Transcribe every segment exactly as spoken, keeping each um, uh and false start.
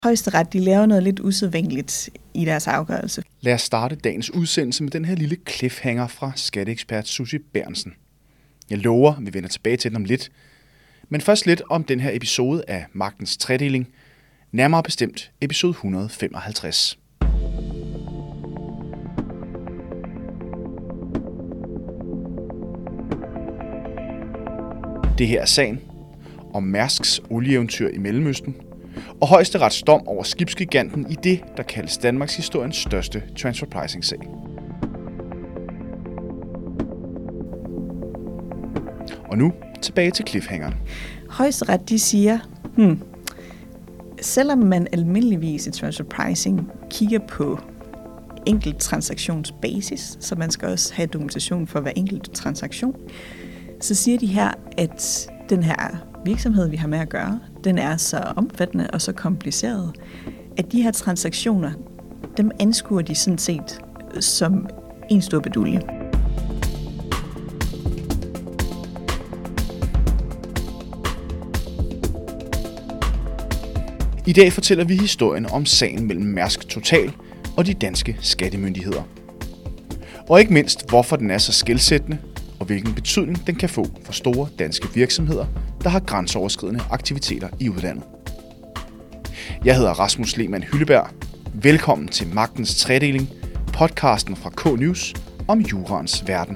Højesteret, de laver noget lidt usædvanligt i deres afgørelse. Lad os starte dagens udsendelse med den her lille cliffhanger fra skatteekspert Sussie Berntsen. Jeg lover, vi vender tilbage til den om lidt. Men først lidt om den her episode af Magtens Tredeling, nærmere bestemt episode et hundrede femoghalvtreds. Det her er sagen om Mærsks olieeventyr i Mellemøsten, og Højesterets dom over skibsgiganten i det, der kaldes Danmarks historiens største transfer pricing-sag. Og nu tilbage til cliffhangeren. Højesteret, de siger, hmm, selvom man almindeligvis i transfer pricing kigger på enkelt transaktionsbasis, så man skal også have dokumentation for hver enkelt transaktion, så siger de her, at den her virksomhed, vi har med at gøre, den er så omfattende og så kompliceret, at de her transaktioner, dem anskuer de sådan set som en stor bedulje. I dag fortæller vi historien om sagen mellem Mærsk Total og de danske skattemyndigheder. Og ikke mindst, hvorfor den er så skelsættende, og hvilken betydning den kan få for store danske virksomheder, der har grænseoverskridende aktiviteter i udlandet. Jeg hedder Rasmus Lehmann Hylleberg. Velkommen til Magtens Tredeling, podcasten fra K-News om juraens verden.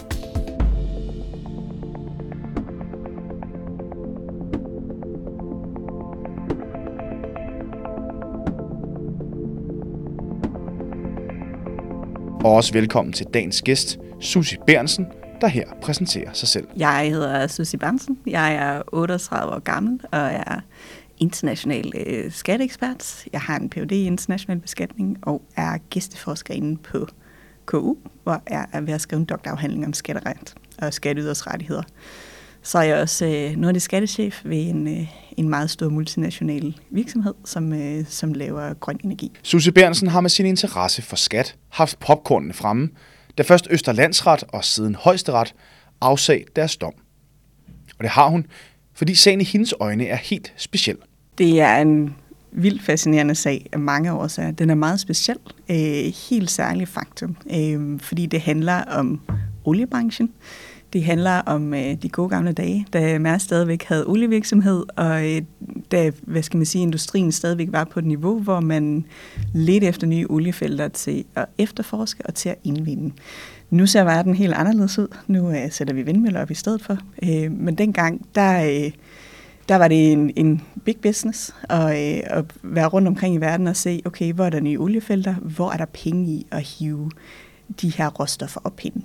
Og også velkommen til dagens gæst, Sussie Berntsen, der her præsenterer sig selv. Jeg hedder Sussie Berntsen. Jeg er otteogtredive år gammel og er international øh, skatteekspert. Jeg har en P H D i international beskatning og er gæsteforsker inde på K U, hvor jeg er ved at skrive en doktorafhandling om skatteret og skatteyders rettigheder. Så er jeg også øh, nordisk skattechef ved en, øh, en meget stor multinational virksomhed, som, øh, som laver grøn energi. Sussie Berntsen har med sin interesse for skat haft popcornene fremme, da først Østre Landsret og siden Højesteret afsag deres dom. Og det har hun, fordi sagen i hendes øjne er helt speciel. Det er en vildt fascinerende sag af mange årsager. Den er meget speciel, øh, helt særlig faktum, øh, fordi det handler om oliebranchen. Det handler om øh, de gode gamle dage, da Mærsk stadigvæk havde olievirksomhed, og øh, da, hvad skal man sige, industrien stadigvæk var på et niveau, hvor man ledte efter nye oliefelter til at efterforske og til at indvinde. Nu ser verden helt anderledes ud. Nu øh, sætter vi vindmøller op i stedet for. Øh, men dengang, der, øh, der var det en, en big business at, øh, at være rundt omkring i verden og se, okay, hvor er der nye oliefelter, hvor er der penge i at hive de her råstoffer op hen.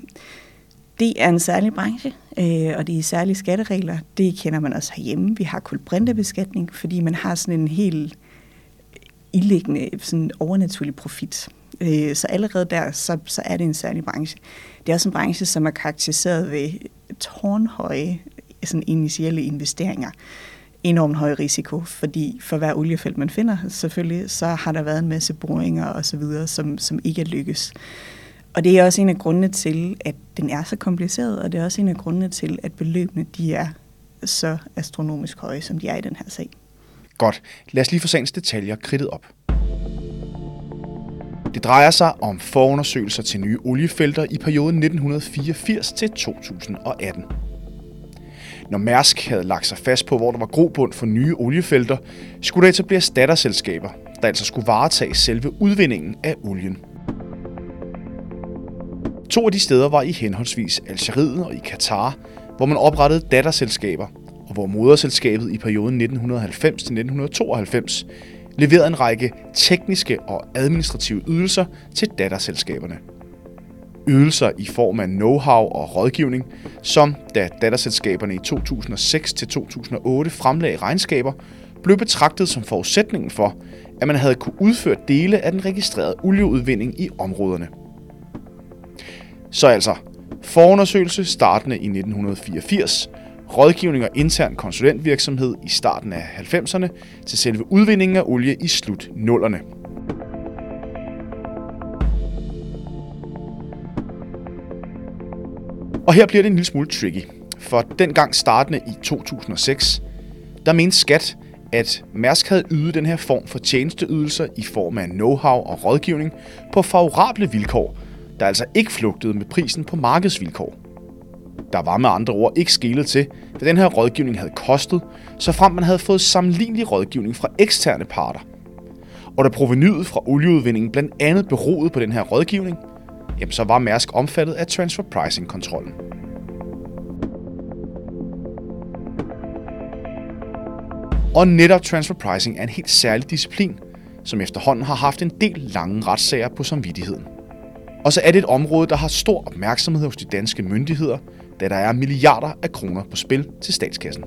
Det er en særlig branche, øh, og de særlige skatteregler, det kender man også herhjemme. Vi har kulbrintebeskatning, fordi man har sådan en helt ildliggende, sådan overnaturlig profit. Øh, så allerede der, så, så er det en særlig branche. Det er også en branche, som er karakteriseret ved tårnhøje sådan initielle investeringer. Enormt høj risiko, fordi for hver oliefelt, man finder, selvfølgelig, så har der været en masse boringer og så videre, som, som ikke er lykkes. Og det er også en af grundene til, at den er så kompliceret, og det er også en af grundene til, at beløbene de er så astronomisk høje, som de er i den her sag. Godt. Lad os lige få sagens detaljer kridtet op. Det drejer sig om forundersøgelser til nye oliefelter i perioden nitten fireogfirs til to tusind og atten. Når Mærsk havde lagt sig fast på, hvor der var grobund for nye oliefelter, skulle der etableres datterselskaber, der altså skulle varetage selve udvindingen af olien. To af de steder var i henholdsvis Algeriet og i Katar, hvor man oprettede datterselskaber, og hvor moderselskabet i perioden nitten halvfems til nitten tooghalvfems leverede en række tekniske og administrative ydelser til datterselskaberne. Ydelser i form af know-how og rådgivning, som da datterselskaberne i to tusind og seks til to tusind og otte fremlagde regnskaber, blev betragtet som forudsætningen for, at man havde kunne udføre dele af den registrerede olieudvinding i områderne. Så altså, forundersøgelse startende i nitten fireogfirs, rådgivning og intern konsulentvirksomhed i starten af halvfemserne til selve udvindingen af olie i slut nullerne. Og her bliver det en lille smule tricky, for dengang startende i to tusind og seks, der mente Skat, at Mærsk havde ydet den her form for tjenesteydelser i form af know-how og rådgivning på favorable vilkår, der altså ikke flugtede med prisen på markedsvilkår. Der var med andre ord ikke skelet til, hvad den her rådgivning havde kostet, så frem man havde fået sammenlignelig rådgivning fra eksterne parter. Og da provenyet fra olieudvindingen blandt andet beroede på den her rådgivning, jamen så var Mærsk omfattet af transfer pricing-kontrollen. Og netop transfer pricing er en helt særlig disciplin, som efterhånden har haft en del lange retssager på samvittigheden. Og så er det et område, der har stor opmærksomhed hos de danske myndigheder, da der er milliarder af kroner på spil til statskassen.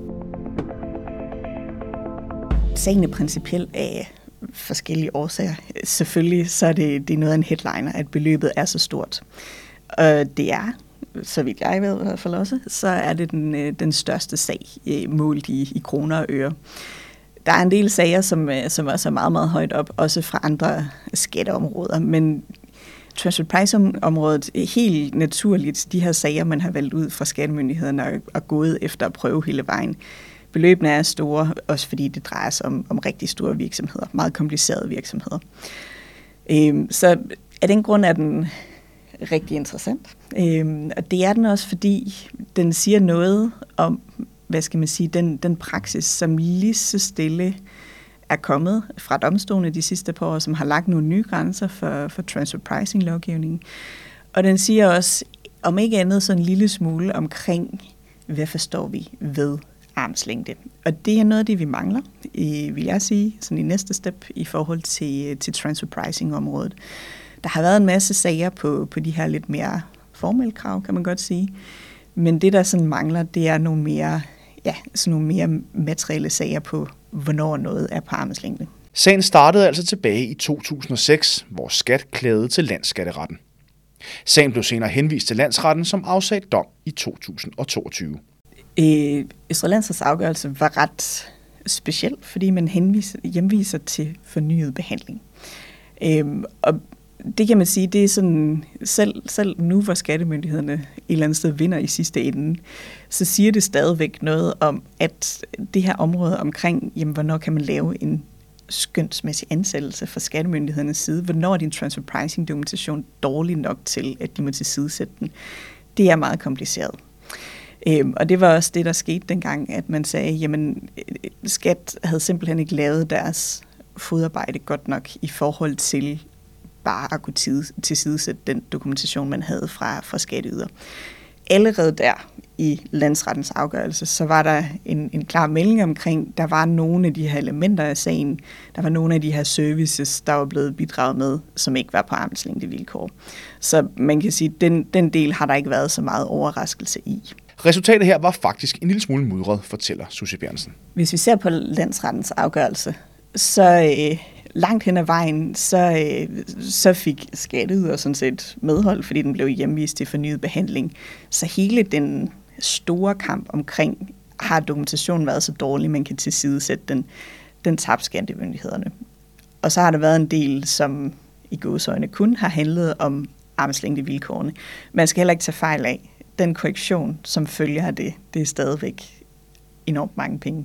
Sagen er principielt af forskellige årsager. Selvfølgelig så er det, det er noget af en headliner, at beløbet er så stort. Og det er, så vidt jeg ved i hvert fald også, så er det den, den største sag målt i, i kroner og øre. Der er en del sager, som, som også er meget, meget højt op, også fra andre skatteområder, men transfer pricing-området er helt naturligt de her sager, man har valgt ud fra skattemyndighederne og, og gået efter at prøve hele vejen. Beløbene er store, også fordi det drejer sig om, om rigtig store virksomheder, meget komplicerede virksomheder. Øhm, så af den grund er den rigtig interessant. Øhm, og det er den også, fordi den siger noget om, hvad skal man sige, den, den praksis, som lige så stille er kommet fra domstolene de sidste par år, som har lagt nogle nye grænser for, for transfer pricing-lovgivningen. Og den siger også, om ikke andet, så en lille smule omkring, hvad forstår vi ved armslængde. Og det er noget af det, vi mangler, i, vil jeg sige, sådan i næste step i forhold til, til transfer pricing-området. Der har været en masse sager på, på de her lidt mere formelle krav, kan man godt sige. Men det, der sådan mangler, det er nogle mere, ja, sådan nogle mere materielle sager på, hvornår noget er på armslængde. Sagen startede altså tilbage i to tusind og seks, hvor Skat klagede til Landsskatteretten. Sagen blev senere henvist til Landsretten, som afsagde dom i to tusind og toogtyve. Øh, Østre Landsrets afgørelse var ret speciel, fordi man henviser, hjemviser til fornyet behandling. Øhm, og det kan man sige, det er sådan, selv, selv nu hvor skattemyndighederne et eller andet sted vinder i sidste ende, så siger det stadigvæk noget om, at det her område omkring, jamen, hvornår kan man lave en skønsmæssig ansættelse fra skattemyndighedernes side, hvornår er din transfer pricing dokumentation dårlig nok til, at de må tilsidesætte den, det er meget kompliceret. Øhm, og det var også det, der skete dengang, at man sagde, jamen Skat havde simpelthen ikke lavet deres fodarbejde godt nok i forhold til bare at kunne tilsidesætte den dokumentation, man havde fra, fra skatteyder. Allerede der i landsrettens afgørelse, så var der en, en klar melding omkring, der var nogle af de her elementer af sagen, der var nogle af de her services, der var blevet bidraget med, som ikke var på armslængde vilkår. Så man kan sige, den, den del har der ikke været så meget overraskelse i. Resultatet her var faktisk en lille smule mudret, fortæller Susie Bjørnsen. Hvis vi ser på landsrettens afgørelse, så øh, langt hen ad vejen, så, øh, så fik skatteyder sådan set medhold, fordi den blev hjemvist til fornyet behandling. Så hele den store kamp omkring, har dokumentationen været så dårlig, man kan tilsidesætte den, den tabte skattemyndighederne. Og så har der været en del, som i gåseøjne kun har handlet om armslængde vilkårene. Man skal heller ikke tage fejl af, den korrektion, som følger af det, det er stadigvæk enormt mange penge.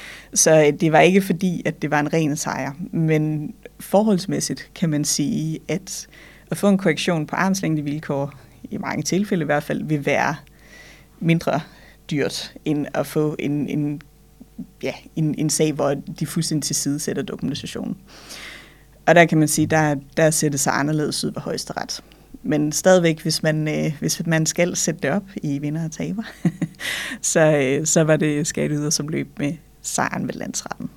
Så det var ikke fordi, at det var en ren sejr, men forholdsmæssigt kan man sige, at at få en korrektion på armslængde vilkår, i mange tilfælde i hvert fald, vil være mindre dyrt, end at få en, en, ja, en, en sag, hvor de fuldstændig tilsidesætter dokumentationen. Og der kan man sige, der, der sætter sig anderledes ud ved højesteret. Men stadigvæk, hvis man, øh, hvis man skal sætte det op i vinder og taber, så, øh, så var det skatteyder, som løb med sejren ved landsretten.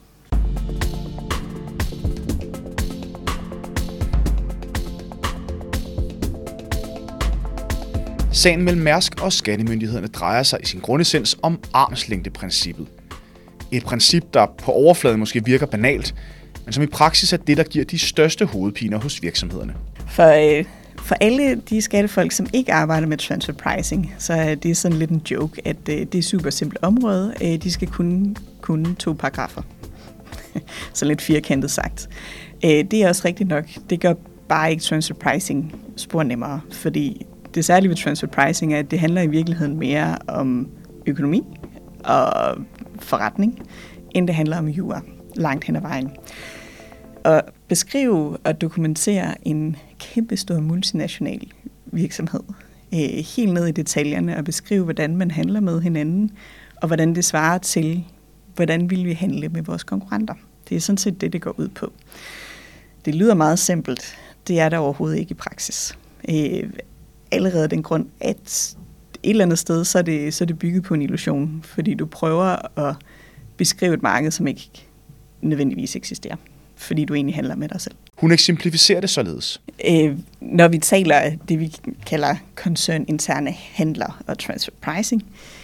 Sagen mellem Mærsk og skattemyndighederne drejer sig i sin grundessens om armslængdeprincippet. Et princip, der på overfladen måske virker banalt, men som i praksis er det, der giver de største hovedpiner hos virksomhederne. For, øh, for alle de skattefolk, som ikke arbejder med transfer pricing, så er det sådan lidt en joke, at øh, det er et super simpelt område. Øh, de skal kunne, kunne to paragrafer. Så lidt firkantet sagt. Øh, det er også rigtigt nok. Det gør bare ikke transfer pricing spor nemmere, fordi det særlige ved transfer pricing er, at det handler i virkeligheden mere om økonomi og forretning, end det handler om jura. langt hen ad vejen. At beskrive og dokumentere en kæmpestor multinational virksomhed, øh, helt ned i detaljerne, og beskrive, hvordan man handler med hinanden, og hvordan det svarer til, hvordan vil vi handle med vores konkurrenter. Det er sådan set det, det går ud på. Det lyder meget simpelt. Det er der overhovedet ikke i praksis. Øh, allerede den grund, at et eller andet sted, så er, det, så er det bygget på en illusion, fordi du prøver at beskrive et marked, som ikke nødvendigvis eksisterer, fordi du egentlig handler med dig selv. Hun eksemplificerer det således. Øh, når vi taler det, vi kalder koncerninterne handler og transfer pricing,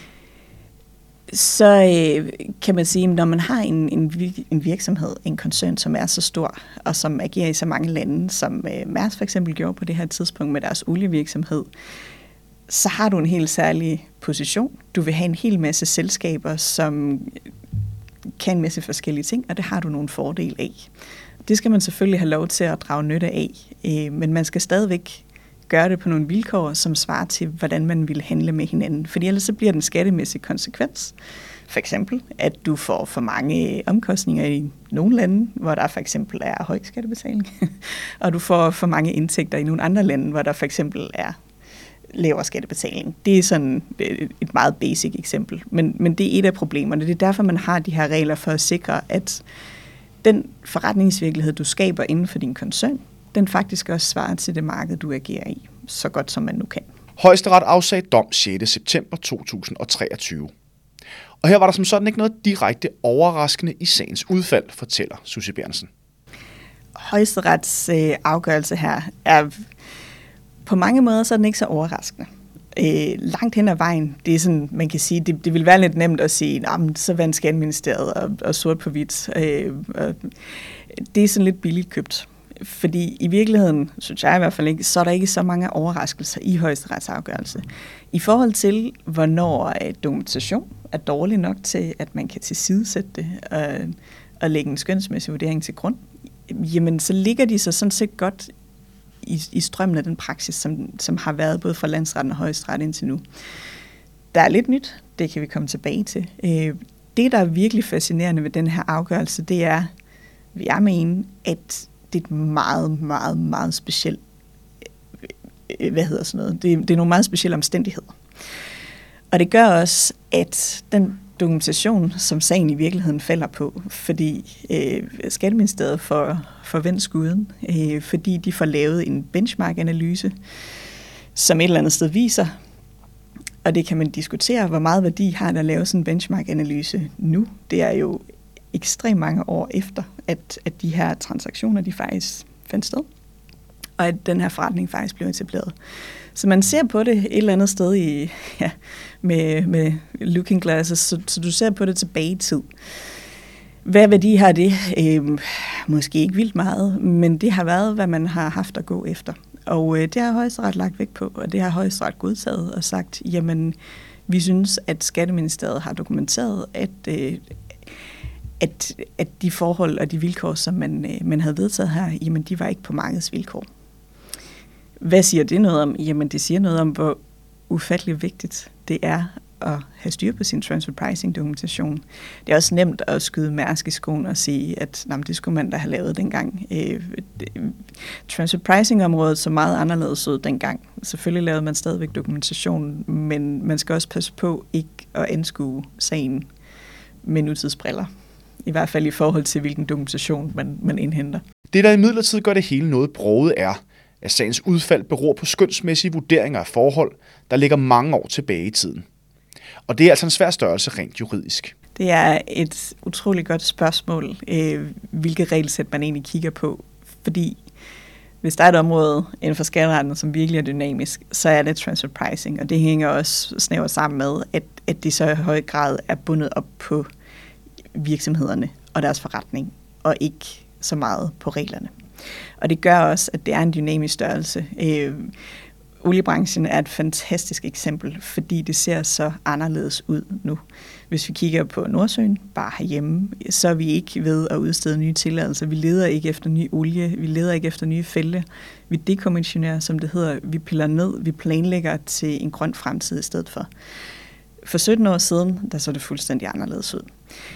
så øh, kan man sige, at når man har en, en, en virksomhed, en koncern, som er så stor, og som agerer i så mange lande, som øh, Mærsk for eksempel gjorde på det her tidspunkt med deres olievirksomhed, så har du en helt særlig position. Du vil have en hel masse selskaber, som kan en masse forskellige ting, og det har du nogle fordele af. Det skal man selvfølgelig have lov til at drage nytte af, øh, men man skal stadigvæk gøre det på nogle vilkår, som svarer til, hvordan man vil handle med hinanden. Fordi ellers så bliver den skattemæssige konsekvens. For eksempel, at du får for mange omkostninger i nogle lande, hvor der for eksempel er høj skattebetaling, og du får for mange indtægter i nogle andre lande, hvor der for eksempel er lavere skattebetaling. Det er sådan et meget basic eksempel, men, men det er et af problemerne. Det er derfor, man har de her regler for at sikre, at den forretningsvirkelighed, du skaber inden for din koncern, den faktisk også svarer til det marked, du agerer i, så godt som man nu kan. Højesteret afsagde dom sjette september to tusind og treogtyve. Og her var der som sådan ikke noget direkte overraskende i sagens udfald, fortæller Susie Berntsen. Højesterets øh, afgørelse her er på mange måder så er den ikke så overraskende. Øh, langt hen ad vejen, det er sådan, man kan sige, det, det vil være lidt nemt at sige, nah, så vandt Skatteministeriet og, og sort på hvidt. Øh, og det er sådan lidt billigt købt. Fordi i virkeligheden, synes jeg i hvert fald ikke, så er der ikke så mange overraskelser i Højesterets afgørelse. I forhold til, hvornår dokumentation er dårlig nok til, at man kan tilsidesætte det og, og lægge en skønsmæssig vurdering til grund, jamen så ligger de så sådan set godt i, i strømmen af den praksis, som, som har været både fra landsretten og Højesteret indtil nu. Der er lidt nyt, det kan vi komme tilbage til. Det, der er virkelig fascinerende ved den her afgørelse, det er, vil jeg mene, at det er et meget, meget, meget specielt, hvad hedder sådan noget, det, det er nogle meget specielle omstændigheder. Og det gør også, at den dokumentation, som sagen i virkeligheden falder på, fordi øh, Skatteministeriet får, får vendt skuden, øh, fordi de får lavet en benchmark-analyse, som et eller andet sted viser, og det kan man diskutere, hvor meget værdi har der at lave sådan en benchmark-analyse nu. Det er jo ekstremt mange år efter, at, at de her transaktioner, de faktisk fandt sted, og at den her forretning faktisk blev etableret. Så man ser på det et eller andet sted i, ja, med, med looking glasses, så, så du ser på det tilbage i tid. Hvad værdi har det? Øh, måske ikke vildt meget, men det har været, hvad man har haft at gå efter. Og øh, det har Højesteret lagt vægt på, og det har Højesteret godtaget og sagt, jamen, vi synes, at Skatteministeriet har dokumenteret, at øh, At, at de forhold og de vilkår, som man, man havde vedtaget her, jamen de var ikke på markedsvilkår. Hvad siger det noget om? Jamen det siger noget om, hvor ufattelig vigtigt det er at have styr på sin transfer pricing dokumentation. Det er også nemt at skyde Mærsk i skoen og sige, at jamen, det skulle man da have lavet dengang. Øh, transfer pricing området så meget anderledes ud dengang. Selvfølgelig lavede man stadigvæk dokumentation, men man skal også passe på ikke at anskue sagen med nutidsbriller. I hvert fald i forhold til, hvilken dokumentation man, man indhenter. Det, der imidlertid gør det hele noget broget, er, at sagens udfald beror på skønsmæssige vurderinger af forhold, der ligger mange år tilbage i tiden. Og det er altså en svær størrelse rent juridisk. Det er et utroligt godt spørgsmål, øh, hvilke regelsæt man egentlig kigger på. Fordi hvis der er et område inden for skatteretten, som virkelig er dynamisk, så er det transfer pricing. Og det hænger også snævert sammen med, at, at det så i høj grad er bundet op på virksomhederne og deres forretning, og ikke så meget på reglerne. Og det gør også, at det er en dynamisk størrelse. Øh, oliebranchen er et fantastisk eksempel, fordi det ser så anderledes ud nu. Hvis vi kigger på Nordsøen, bare herhjemme, så er vi ikke ved at udstede nye tilladelser. Vi leder ikke efter ny olie, vi leder ikke efter nye felter. Vi dekommissionerer, som det hedder, vi piller ned, vi planlægger til en grøn fremtid i stedet for. For sytten år siden, der så det fuldstændig anderledes ud.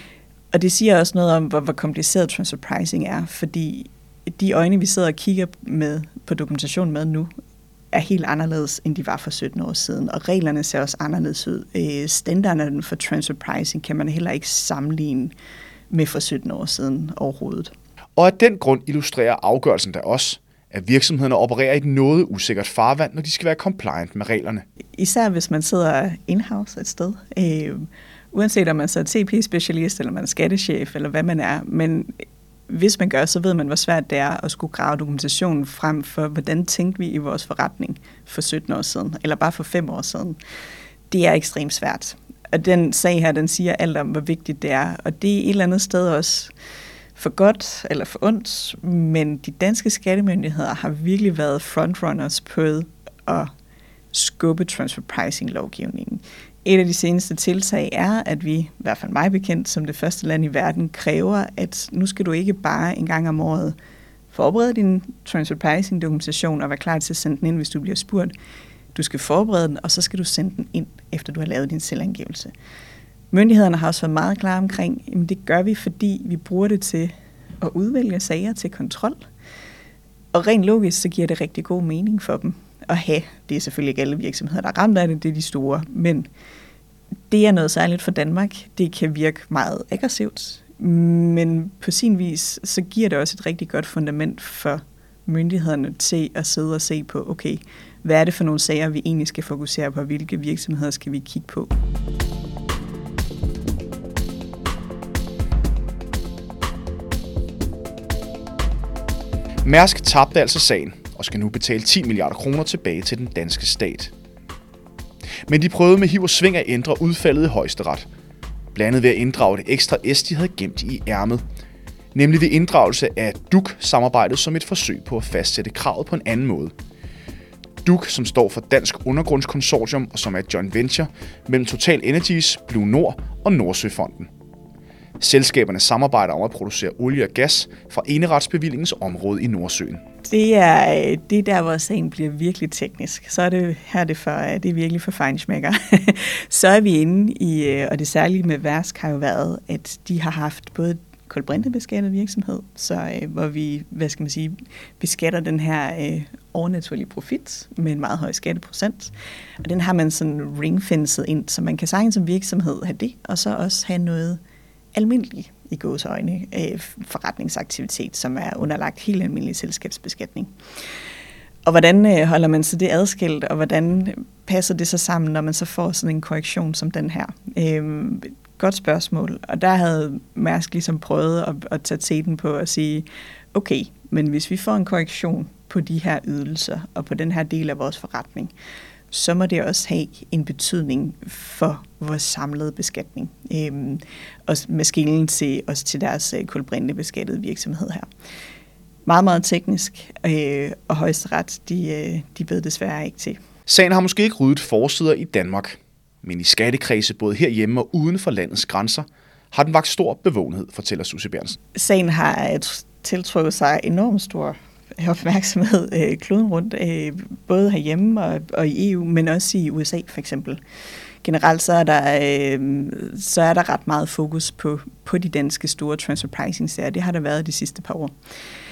Og det siger også noget om, hvor, hvor kompliceret transfer pricing er, fordi de øjne, vi sidder og kigger med på dokumentation med nu, er helt anderledes, end de var for sytten år siden. Og reglerne ser også anderledes ud. Øh, standarderne for transfer pricing kan man heller ikke sammenligne med for sytten år siden overhovedet. Og af den grund illustrerer afgørelsen der også, at virksomhederne opererer i et noget usikkert farvand, når de skal være compliant med reglerne. Især hvis man sidder in-house et sted. Øh, uanset om man så er T P-specialist, eller man er skattechef, eller hvad man er. Men hvis man gør, så ved man, hvor svært det er at skulle grave dokumentationen frem for, hvordan tænkte vi i vores forretning for sytten år siden, eller bare for fem år siden. Det er ekstremt svært. Og den sag her, den siger alt om, hvor vigtigt det er. Og det er et eller andet sted også for godt eller for ondt, men de danske skattemyndigheder har virkelig været frontrunners på at skubbe transfer pricing-lovgivningen. Et af de seneste tiltag er, at vi, i hvert fald mig bekendt, som det første land i verden, kræver, at nu skal du ikke bare en gang om året forberede din transfer pricing dokumentation og være klar til at sende den ind, hvis du bliver spurgt. Du skal forberede den, og så skal du sende den ind, efter du har lavet din selvangivelse. Myndighederne har også været meget klare omkring, at det gør vi, fordi vi bruger det til at udvælge sager til kontrol. Og rent logisk, så giver det rigtig god mening for dem at have. Det er selvfølgelig ikke alle virksomheder, der er ramt af det, det er de store. Men det er noget særligt for Danmark. Det kan virke meget aggressivt, men på sin vis, så giver det også et rigtig godt fundament for myndighederne til at sidde og se på, okay, hvad er det for nogle sager, vi egentlig skal fokusere på, hvilke virksomheder skal vi kigge på. Mærsk tabte altså sagen og skal nu betale ti milliarder kroner tilbage til den danske stat. Men de prøvede med hiv og sving at ændre udfaldet i Højesteret. Blandt andet ved at inddrage det ekstra S, de havde gemt i ærmet. Nemlig ved inddragelse af D U C-samarbejdet som et forsøg på at fastsætte kravet på en anden måde. D U C, som står for Dansk Undergrundskonsortium og som er et joint venture mellem Total Energies, Blue Nord og Nordsøfonden. Selskaberne samarbejder om at producere olie og gas fra eneretsbevillingens område i Nordsøen. Det er, det er der, hvor sagen bliver virkelig teknisk. Så er det her det, for, det er virkelig for feinschmecker. Så er vi inde i, og det særlige med Mærsk har jo været, at de har haft både kulbrintebeskattet virksomhed, så hvor vi, hvad skal man sige, beskatter den her øh, overnaturlige profit med en meget høj skatteprocent. Og den har man sådan ringfenset ind, så man kan sagtens som virksomhed have det, og så også have noget almindelig i gåseøjne øh, forretningsaktivitet, som er underlagt helt almindelig selskabsbeskatning. Og hvordan øh, holder man så det adskilt, og hvordan passer det så sammen, når man så får sådan en korrektion som den her? Øh, godt spørgsmål. Og der havde Mærsk ligesom prøvet at, at tage teten på at sige, okay, men hvis vi får en korrektion på de her ydelser og på den her del af vores forretning, så må det også have en betydning for vores samlede beskatning. Øhm, og med skillen til, også til deres øh, kulbrintebeskattede virksomhed her. Meget, meget teknisk, øh, og Højesteret, de, øh, de ved desværre ikke til. Sagen har måske ikke ryddet forsider i Danmark, men i skattekredse både herhjemme og uden for landets grænser har den vakt stor bevågenhed, fortæller Susie Bernsen. Sagen har tiltrukket sig enormt stor opmærksomhed øh, kloden rundt, øh, både herhjemme og, og i E U, men også i U S A for eksempel. Generelt så er der, øh, så er der ret meget fokus på, på de danske store transfer pricing-serier. Det har der været de sidste par år.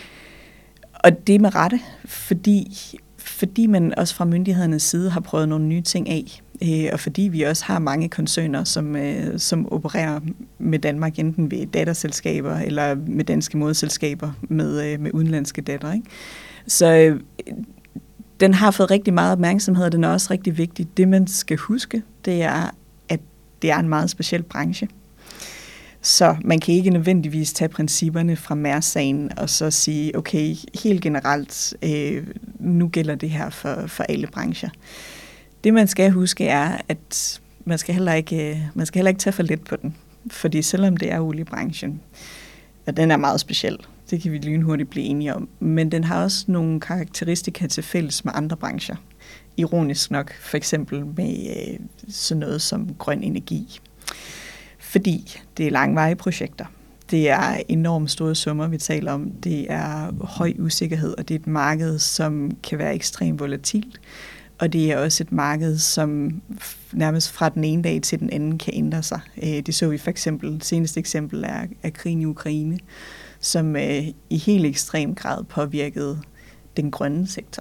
Og det er med rette, fordi, fordi man også fra myndighedernes side har prøvet nogle nye ting af, øh, og fordi vi også har mange koncerner, som, øh, som opererer med Danmark, enten ved datterselskaber eller med danske moderselskaber med, øh, med udenlandske datter, ikke? Så øh, den har fået rigtig meget opmærksomhed, og den er også rigtig vigtig. Det, man skal huske, det er, at det er en meget speciel branche. Så man kan ikke nødvendigvis tage principperne fra Mærsk-sagen og så sige, okay, helt generelt, øh, nu gælder det her for, for alle brancher. Det, man skal huske, er, at man skal heller ikke, man skal heller ikke tage for let på den. Fordi selvom det er oliebranchen, og den er meget speciel, det kan vi lynhurtigt blive enige om, men den har også nogle karakteristika til fælles med andre brancher. Ironisk nok, for eksempel med øh, sådan noget som grøn energi. Fordi det er langvarige projekter. Det er enormt store summer, vi taler om. Det er høj usikkerhed, og det er et marked, som kan være ekstremt volatilt. og det er også et marked, som nærmest fra den ene dag til den anden kan ændre sig. Det så vi for eksempel, det seneste eksempel er, er krigen i Ukraine, som i helt ekstrem grad påvirkede den grønne sektor.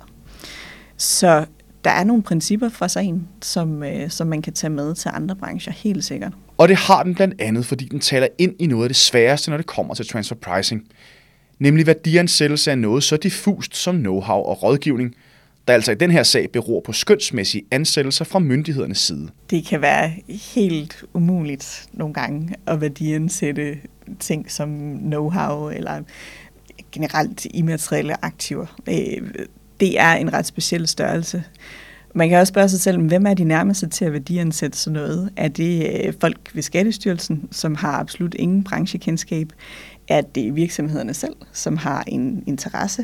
Så der er nogle principper fra sagen, som, som man kan tage med til andre brancher, helt sikkert. Og det har den blandt andet, fordi den taler ind i noget af det sværeste, når det kommer til transfer pricing. Nemlig værdiansættelse af noget så diffust som know-how og rådgivning, der altså i den her sag beror på skønsmæssige ansættelser fra myndighedernes side. Det kan være helt umuligt nogle gange at værdiansætte ting som know-how eller generelt immaterielle aktiver. Det er en ret speciel størrelse. Man kan også spørge sig selv, hvem er de nærmeste til at værdiansætte sådan noget? Er det folk ved Skattestyrelsen, som har absolut ingen branchekendskab? Er det virksomhederne selv, som har en interesse?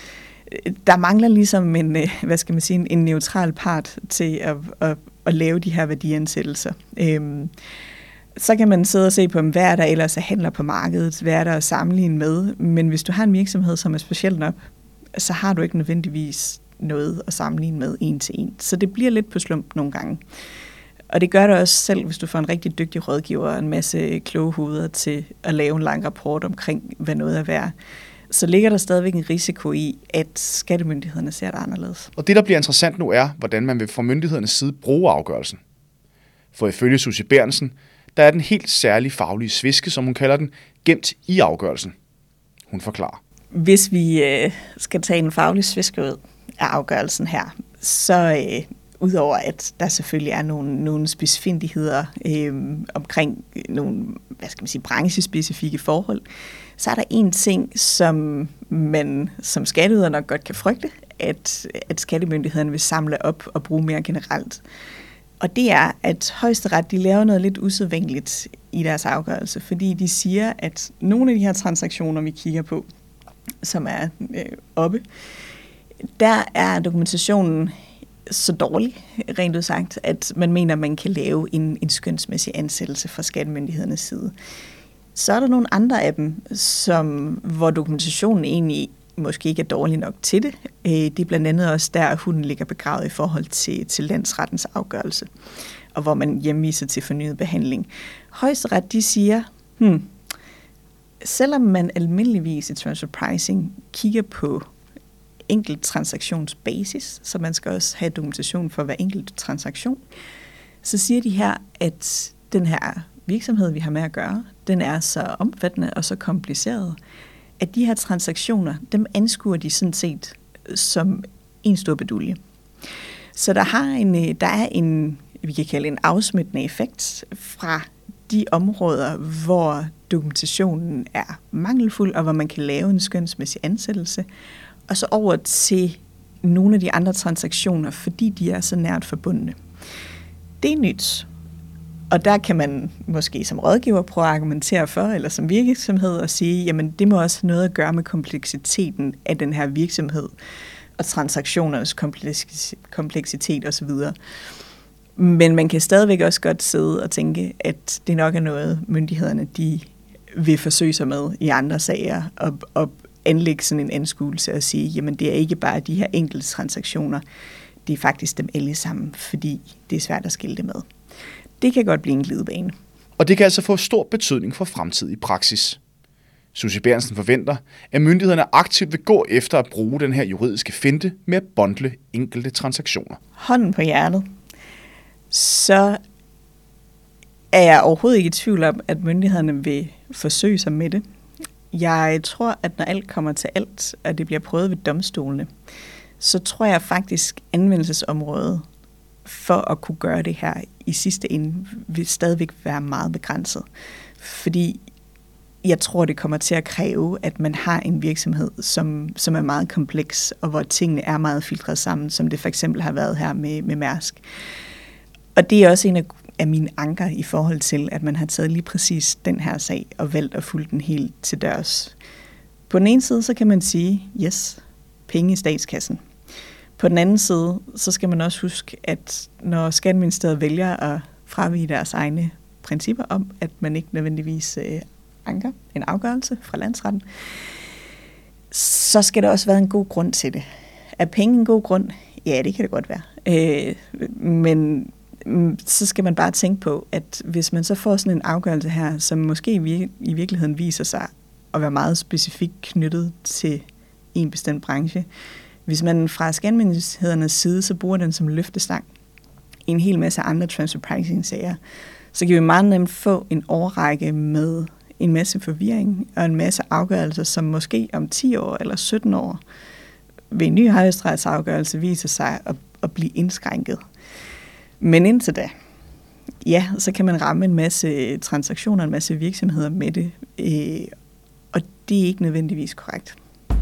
Der mangler ligesom en, hvad skal man sige, en neutral part til at, at, at lave de her værdiansættelser. Øhm, så kan man sidde og se på, hvad er der ellers handler på markedet, hvad er der at sammenligne med. Men hvis du har en virksomhed, som er specielt nok, så har du ikke nødvendigvis noget at sammenligne med en til en. Så det bliver lidt på slump nogle gange. Og det gør det også selv, hvis du får en rigtig dygtig rådgiver og en masse kloge hoveder til at lave en lang rapport omkring, hvad noget er værd. Så ligger der stadigvæk en risiko i, at skattemyndighederne ser det anderledes. Og det, der bliver interessant nu, er, hvordan man vil fra myndighedernes side bruge afgørelsen. For ifølge Susie Berntsen, der er den helt særlige faglige sviske, som hun kalder den, gemt i afgørelsen. Hun forklarer. Hvis vi øh, skal tage en faglig sviske ud af afgørelsen her, så øh, udover at der selvfølgelig er nogle, nogle specifindigheder øh, omkring nogle, hvad skal man sige, branchespecifikke forhold, så er der en ting, som man som skatteyder nok godt kan frygte, at, at skattemyndighederne vil samle op og bruge mere generelt. Og det er, at Højesteret de laver noget lidt usædvanligt i deres afgørelse, fordi de siger, at nogle af de her transaktioner, vi kigger på, som er øh, oppe, der er dokumentationen så dårlig, rent udsagt, at man mener, at man kan lave en, en skønsmæssig ansættelse fra skattemyndighedernes side. Så er der nogle andre af dem, som, hvor dokumentationen egentlig måske ikke er dårlig nok til det. Det er blandt andet også der, hunden ligger begravet i forhold til, til landsrettens afgørelse, og hvor man hjemviser til fornyet behandling. Højesteret, de siger, hmm, selvom man almindeligvis i transfer pricing kigger på enkelt transaktionsbasis, så man skal også have dokumentation for hver enkelt transaktion, så siger de her, at den her virksomhed, vi har med at gøre, den er så omfattende og så kompliceret, at de her transaktioner, dem anskuer de sådan set som en stor bedulje. Så der, har en, der er en, vi kan kalde en afsmittende effekt fra de områder, hvor dokumentationen er mangelfuld, og hvor man kan lave en skønsmæssig ansættelse, og så over til nogle af de andre transaktioner, fordi de er så nært forbundne. Det er nyt. Og der kan man måske som rådgiver prøve at argumentere for, eller som virksomhed, og sige, jamen det må også have noget at gøre med kompleksiteten af den her virksomhed, og transaktionernes kompleksitet osv. Men man kan stadigvæk også godt sidde og tænke, at det nok er noget, myndighederne de vil forsøge sig med i andre sager, og, og anlægge sådan en anskuelse og sige, jamen det er ikke bare de her enkelte transaktioner, det er faktisk dem alle sammen, fordi det er svært at skille det med. Det kan godt blive en glidebane. Og det kan altså få stor betydning for fremtidig praksis. Susie Berntsen forventer, at myndighederne aktivt vil gå efter at bruge den her juridiske finte med at bundle enkelte transaktioner. Hånden på hjertet. Så er jeg overhovedet ikke i tvivl om, at myndighederne vil forsøge sig med det. Jeg tror, at når alt kommer til alt, og det bliver prøvet ved domstolene, så tror jeg faktisk, anvendelsesområdet for at kunne gøre det her i sidste ende vil stadigvæk være meget begrænset. Fordi jeg tror, det kommer til at kræve, at man har en virksomhed, som, som er meget kompleks, og hvor tingene er meget filtreret sammen, som det for eksempel har været her med, med Mærsk. Og det er også en af, af mine anker i forhold til, at man har taget lige præcis den her sag og valgt at fulgte den helt til dørs. På den ene side, så kan man sige, yes, penge i statskassen. På den anden side, så skal man også huske, at når Skatteministeriet vælger at fravige deres egne principper om, at man ikke nødvendigvis øh, anker en afgørelse fra landsretten, så skal der også være en god grund til det. Er penge en god grund? Ja, det kan det godt være. Øh, men så skal man bare tænke på, at hvis man så får sådan en afgørelse her, som måske i virkeligheden viser sig at være meget specifikt knyttet til en bestemt branche. Hvis man fra skattemyndighedernes side, så bruger den som løftestang i en hel masse andre transfer pricing-sager, så kan vi meget nemt få en årrække med en masse forvirring og en masse afgørelser, som måske om ti år eller sytten år ved en ny højesteretsafgørelse viser sig at, at blive indskrænket. Men indtil da, ja, så kan man ramme en masse transaktioner, en masse virksomheder med det, øh, og det er ikke nødvendigvis korrekt.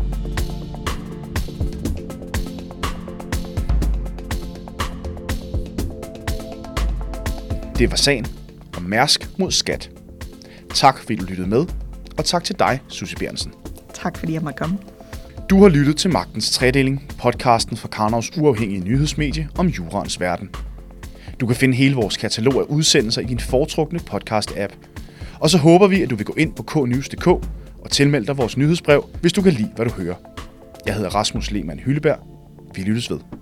Det var sagen om Mærsk mod Skat. Tak fordi du lyttede med, og tak til dig, Susie Bernsen. Tak fordi jeg måtte komme. Du har lyttet til Magtens Tredeling, podcasten fra Karnovs uafhængige nyhedsmedie om juraens verden. Du kan finde hele vores katalog af udsendelser i din foretrukne podcast-app. Og så håber vi, at du vil gå ind på k news punktum d k og tilmelde dig vores nyhedsbrev, hvis du kan lide, hvad du hører. Jeg hedder Rasmus Lehmann Hylleberg. Vi lyttes ved.